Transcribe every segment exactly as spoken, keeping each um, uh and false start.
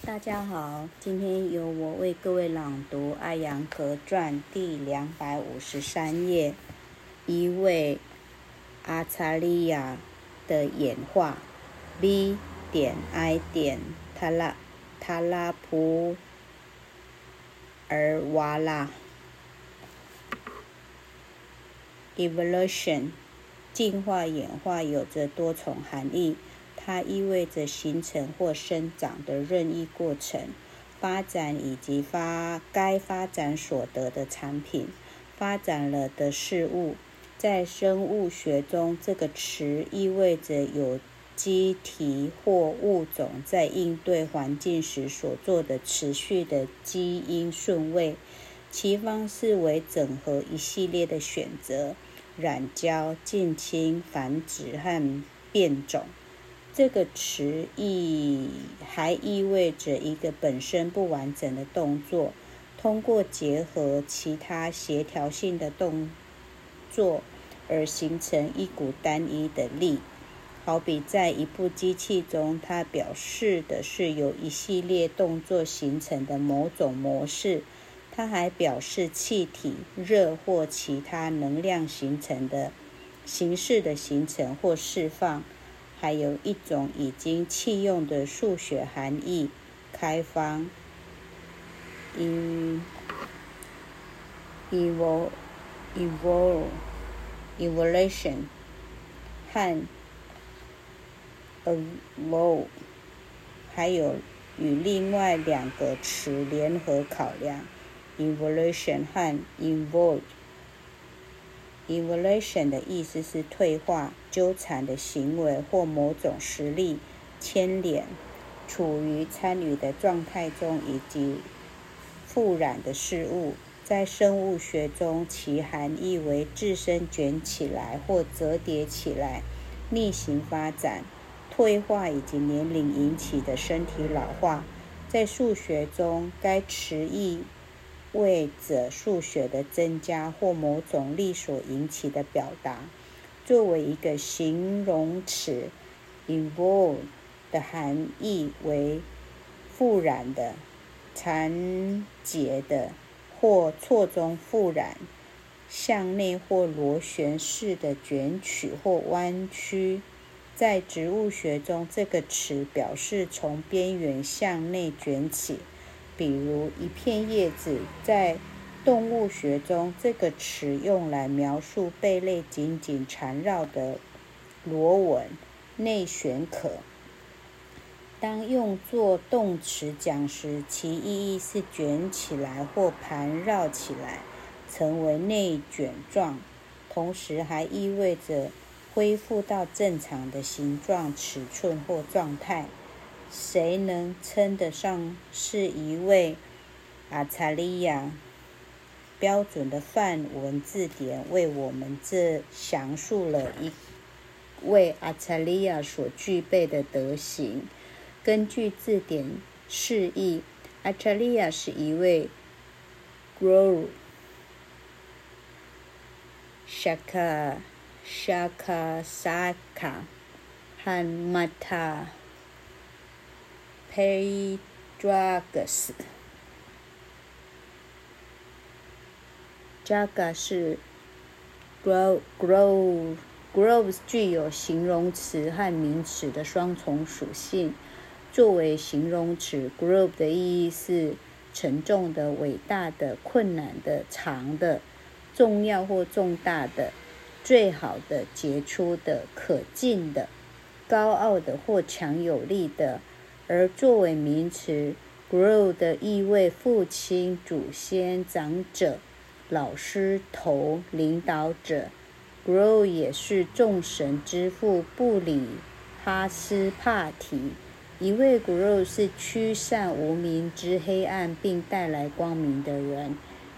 大家好，今天由我为各位朗读《艾扬格传》第两百五十三页，一位阿查利亚的演化 B 点 I 点塔拉塔拉普尔瓦拉 Evolution 进化演化有着多重含义，它意味着形成或生长的任意过程、发展以及发该发展所得的产品、发展了的事物。在生物学中，这个词意味着有机体或物种在应对环境时所做的持续的基因顺位，其方式为整合一系列的选择、染胶、近亲、繁殖和变种。这个词意还意味着一个本身不完整的动作，通过结合其他协调性的动作而形成一股单一的力。好比在一部机器中，它表示的是由一系列动作形成的某种模式。它还表示气体、热或其他能量形成的形式的形成或释放。还有一种已经弃用的数学含义：开放 evol evol evolution 和 evolve， 还有与另外两个词联合考量 evolution 和 evolve。Evolution 的意思是退化、纠缠的行为或某种实力牵连、处于参与的状态中以及复燃的事物。在生物学中，其含义为自身卷起来或折叠起来、逆行发展、退化以及年龄引起的身体老化。在数学中，该词义为着数学的增加或某种力所引起的表达。作为一个形容词 evolve 的含义为复燃的、缠结的或错综复燃、向内或螺旋式的卷曲或弯曲。在植物学中，这个词表示从边缘向内卷起，比如一片叶子。在动物学中，这个词用来描述贝类紧紧缠绕的螺纹内旋壳。当用作动词讲时，其意义是卷起来或盘绕起来，成为内卷状，同时还意味着恢复到正常的形状、尺寸或状态。谁能称得上是一位阿查利亚？标准的范文字典为我们这详述了一位阿查利亚所具备的德行。根据字典释义，阿查利亚是一位 grow shaka shaka saka 和 mata pedragus。 jaga 是 grow grow grow 具有形容词和名词的双重属性。作为形容词 grow 的意义是沉重的、伟大的、困难的、长的、重要或重大的、最好的、杰出的、可敬的、高傲的或强有力的。而作为名词 grow 的意味父亲、祖先、长者、老师、头、领导者。 grow 也是众神之父布里哈斯帕提。一位 grow 是驱散无明之黑暗并带来光明的人。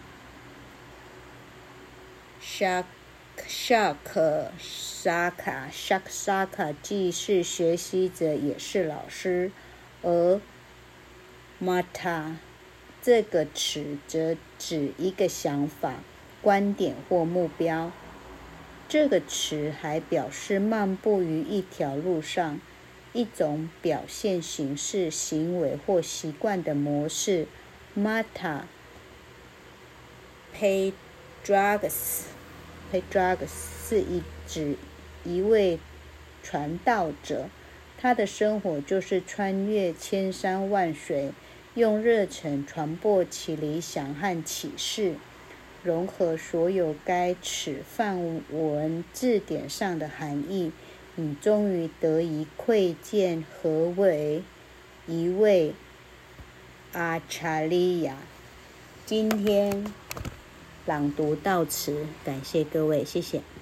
shak shak saka shak saka 既是学习者也是老师。而 mata 这个词则指一个想法、观点或目标。这个词还表示漫步于一条路上， 一种表现形式、行为或习惯的模式。Mata Padragas Padragas 是一指一位传道者，他的生活就是穿越千山万水，用热忱传播其理想和启示，融合所有该此范文字典上的含义，你终于得以窥见何为一位阿查利亚。今天朗读到此，感谢各位，谢谢。